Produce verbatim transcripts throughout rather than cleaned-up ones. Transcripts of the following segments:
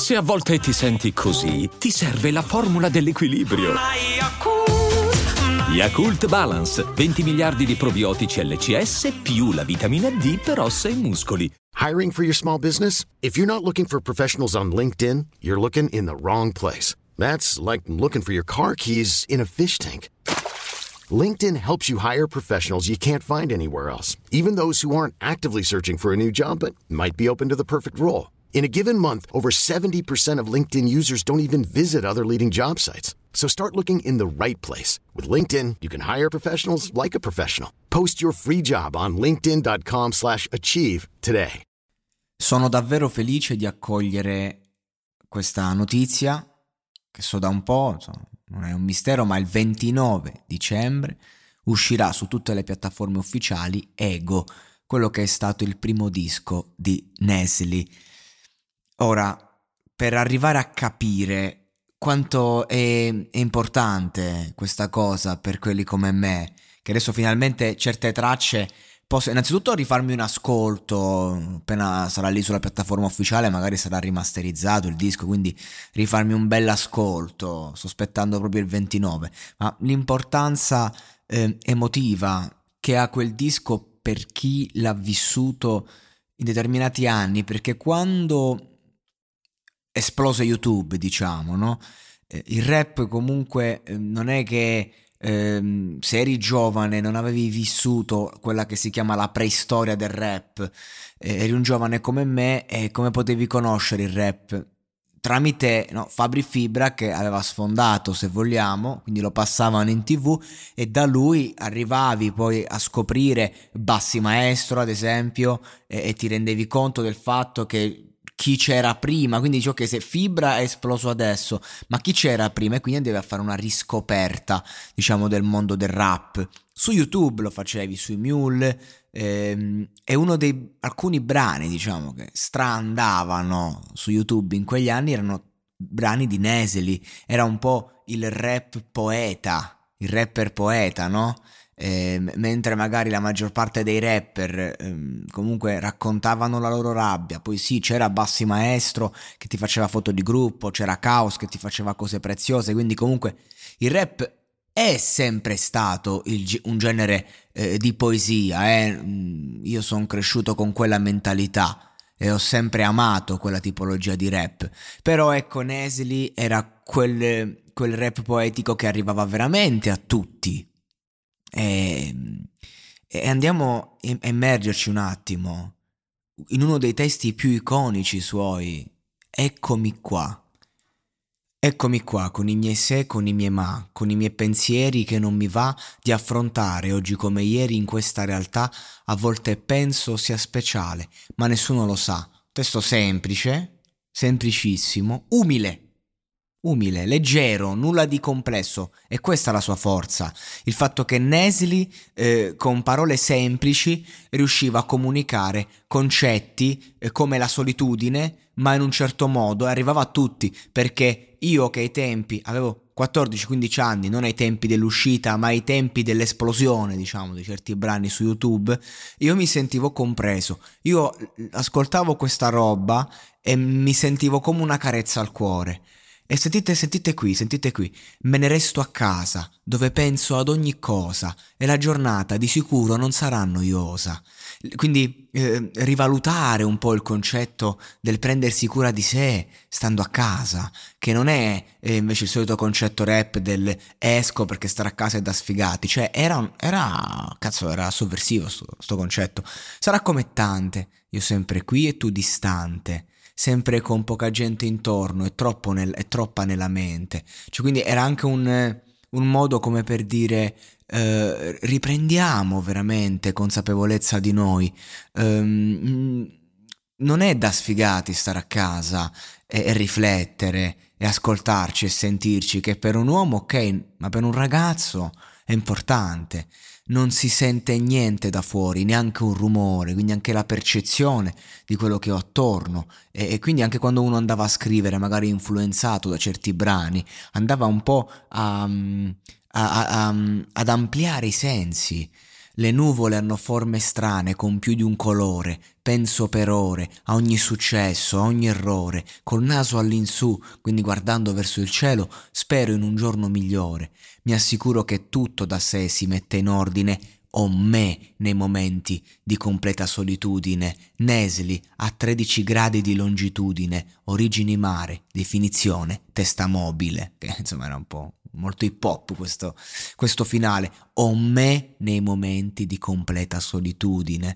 Se a volte ti senti così, ti serve la formula dell'equilibrio. Yakult Balance, venti miliardi di probiotici L C S più la vitamina D per ossa e muscoli. Hiring for your small business? If you're not looking for professionals on LinkedIn, you're looking in the wrong place. That's like looking for your car keys in a fish tank. LinkedIn helps you hire professionals you can't find anywhere else, even those who aren't actively searching for a new job but might be open to the perfect role. In a given month, over seventy percent of LinkedIn users don't even visit other leading job sites. So start looking in the right place. With LinkedIn, you can hire professionals like a professional. Post your free job on linkedin.com slash achieve today. Sono davvero felice di accogliere questa notizia, che so da un po', insomma, non è un mistero, ma il ventinove dicembre uscirà su tutte le piattaforme ufficiali Ego, quello che è stato il primo disco di Nesli. Ora, per arrivare a capire quanto è, è importante questa cosa per quelli come me, che adesso finalmente certe tracce posso innanzitutto rifarmi un ascolto, appena sarà lì sulla piattaforma ufficiale magari sarà rimasterizzato il disco, quindi rifarmi un bel ascolto, sospettando proprio il ventinove, ma l'importanza eh, emotiva che ha quel disco per chi l'ha vissuto in determinati anni, perché quando esplose YouTube, diciamo, no? Eh, il rap comunque eh, non è che eh, se eri giovane non avevi vissuto quella che si chiama la preistoria del rap, eh, eri un giovane come me e come potevi conoscere il rap? Tramite no, Fabri Fibra, che aveva sfondato, se vogliamo, quindi lo passavano in tv e da lui arrivavi poi a scoprire Bassi Maestro, ad esempio, e, e ti rendevi conto del fatto che chi c'era prima, quindi dici ok, se Fibra è esploso adesso, ma chi c'era prima? E quindi andavi a fare una riscoperta, diciamo, del mondo del rap. Su YouTube lo facevi, sui Mule, ehm, e uno dei alcuni brani, diciamo, che straandavano su YouTube in quegli anni erano brani di Nesli, era un po' il rap poeta, il rapper poeta, no? Eh, mentre magari la maggior parte dei rapper ehm, comunque raccontavano la loro rabbia, poi sì, c'era Bassi Maestro che ti faceva foto di gruppo, c'era Caos che ti faceva cose preziose, quindi comunque il rap è sempre stato il, un genere eh, di poesia, eh. Io sono cresciuto con quella mentalità e ho sempre amato quella tipologia di rap, però ecco, Nesli era quel, quel rap poetico che arrivava veramente a tutti. E, e andiamo a immergerci un attimo in uno dei testi più iconici suoi, Eccomi qua. Eccomi qua con i miei se, con i miei ma, con i miei pensieri che non mi va di affrontare oggi come ieri in questa realtà. A volte penso sia speciale, ma nessuno lo sa. Testo semplice, semplicissimo, umile. Umile, leggero, nulla di complesso, e questa è la sua forza, il fatto che Nesli eh, con parole semplici riusciva a comunicare concetti eh, come la solitudine, ma in un certo modo, e arrivava a tutti, perché io che ai tempi avevo quattordici quindici anni, non ai tempi dell'uscita ma ai tempi dell'esplosione, diciamo, di certi brani su YouTube, io mi sentivo compreso, io ascoltavo questa roba e mi sentivo come una carezza al cuore. E sentite, sentite qui, sentite qui, me ne resto a casa, dove penso ad ogni cosa, e la giornata di sicuro non sarà noiosa. Quindi eh, rivalutare un po' il concetto del prendersi cura di sé stando a casa, che non è eh, invece il solito concetto rap del esco perché stare a casa è da sfigati, cioè era, era cazzo, era sovversivo sto, sto concetto. Sarà come tante, io sempre qui e tu distante, sempre con poca gente intorno e, troppo nel, e troppa nella mente. Cioè, quindi era anche un, un modo come per dire eh, riprendiamo veramente consapevolezza di noi. Um, non è da sfigati stare a casa e, e riflettere e ascoltarci e sentirci, che per un uomo ok, ma per un ragazzo è importante. Non si sente niente da fuori, neanche un rumore, quindi anche la percezione di quello che ho attorno, e, e quindi anche quando uno andava a scrivere, magari influenzato da certi brani, andava un po' a, a, a, a, ad ampliare i sensi. Le nuvole hanno forme strane con più di un colore, penso per ore a ogni successo, a ogni errore, col naso all'insù, quindi guardando verso il cielo, spero in un giorno migliore. Mi assicuro che tutto da sé si mette in ordine, o me nei momenti di completa solitudine. Nesli a tredici gradi di longitudine, origini mare, definizione testa mobile, che insomma era un po' molto hip hop questo, questo finale. O me nei momenti di completa solitudine.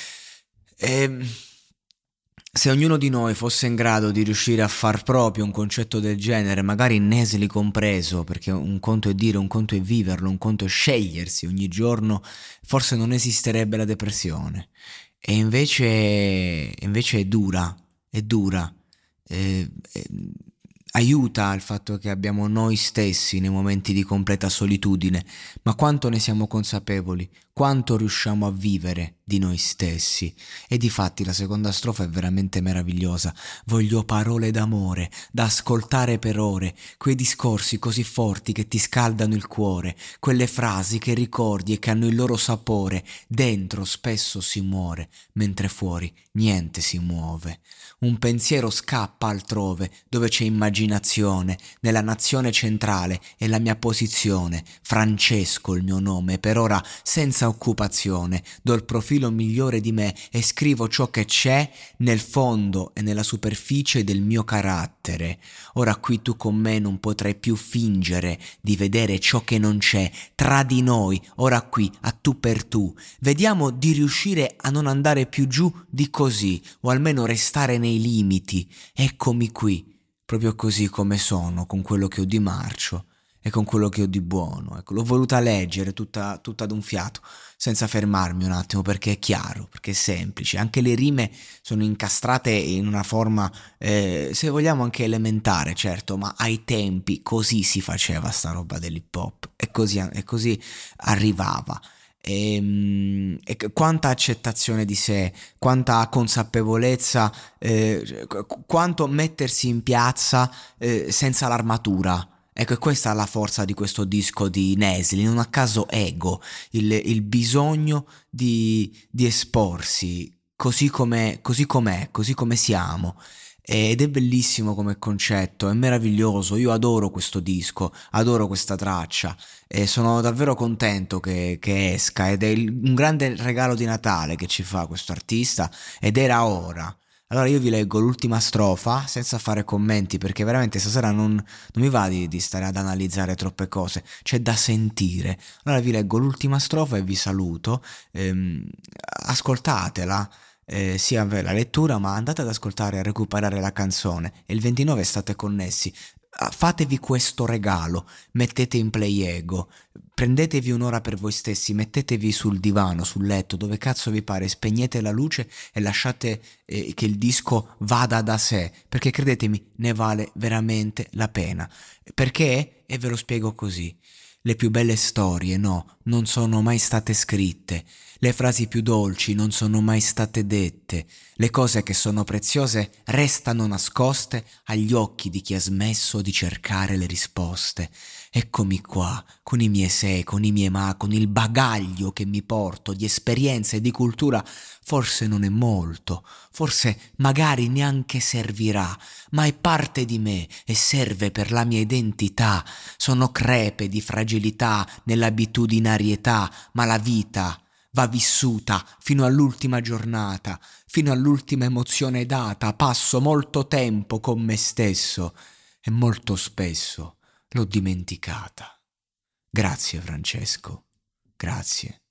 E se ognuno di noi fosse in grado di riuscire a far proprio un concetto del genere, magari Nesli compreso, perché un conto è dire, un conto è viverlo, un conto è scegliersi ogni giorno, forse non esisterebbe la depressione. E invece, invece è dura, è dura. Eh, eh, aiuta il fatto che abbiamo noi stessi nei momenti di completa solitudine, ma quanto ne siamo consapevoli, quanto riusciamo a vivere di noi stessi. E difatti la seconda strofa è veramente meravigliosa. Voglio parole d'amore, da ascoltare per ore, quei discorsi così forti che ti scaldano il cuore, quelle frasi che ricordi e che hanno il loro sapore. Dentro spesso si muore, mentre fuori niente si muove. Un pensiero scappa altrove, dove c'è immaginazione, nella nazione centrale è la mia posizione. Francesco il mio nome, per ora senza occupazione, do il profilo migliore di me e scrivo ciò che c'è nel fondo e nella superficie del mio carattere. Ora qui tu con me non potrai più fingere di vedere ciò che non c'è tra di noi, ora qui a tu per tu. Vediamo di riuscire a non andare più giù di così, o almeno restare nei limiti. Eccomi qui, proprio così come sono, con quello che ho di marcio e con quello che ho di buono. Ecco, l'ho voluta leggere tutta, tutta d'un fiato, senza fermarmi un attimo, perché è chiaro, perché è semplice. Anche le rime sono incastrate in una forma, eh, se vogliamo anche elementare, certo, ma ai tempi così si faceva sta roba dell'hip hop, e così, e così arrivava. E, e quanta accettazione di sé, quanta consapevolezza, eh, quanto mettersi in piazza eh, senza l'armatura. Ecco, questa è la forza di questo disco di Nesli, non a caso ego, il, il bisogno di, di esporsi così come così com'è, così come siamo. Ed è bellissimo come concetto, è meraviglioso, io adoro questo disco, adoro questa traccia e sono davvero contento che, che esca, ed è il, un grande regalo di Natale che ci fa questo artista, ed era ora. Allora io vi leggo l'ultima strofa senza fare commenti, perché veramente stasera non, non mi va di, di stare ad analizzare troppe cose, c'è da sentire. Allora vi leggo l'ultima strofa e vi saluto, ehm, ascoltatela. Eh, sia la lettura, ma andate ad ascoltare e a recuperare la canzone, e il ventinove state connessi. Fatevi questo regalo, mettete in play ego, prendetevi un'ora per voi stessi, mettetevi sul divano, sul letto, dove cazzo vi pare, spegnete la luce e lasciate eh, che il disco vada da sé, perché credetemi, ne vale veramente la pena. Perché? E ve lo spiego così. Le più belle storie, no, non sono mai state scritte. Le frasi più dolci non sono mai state dette. Le cose che sono preziose restano nascoste agli occhi di chi ha smesso di cercare le risposte. Eccomi qua, con i miei se, con i miei ma, con il bagaglio che mi porto di esperienza e di cultura. Forse non è molto, forse magari neanche servirà, ma è parte di me e serve per la mia identità. Sono crepe di fragilità nell'abitudinarietà, ma la vita va vissuta fino all'ultima giornata, fino all'ultima emozione data. Passo molto tempo con me stesso e molto spesso l'ho dimenticata. Grazie Francesco, grazie.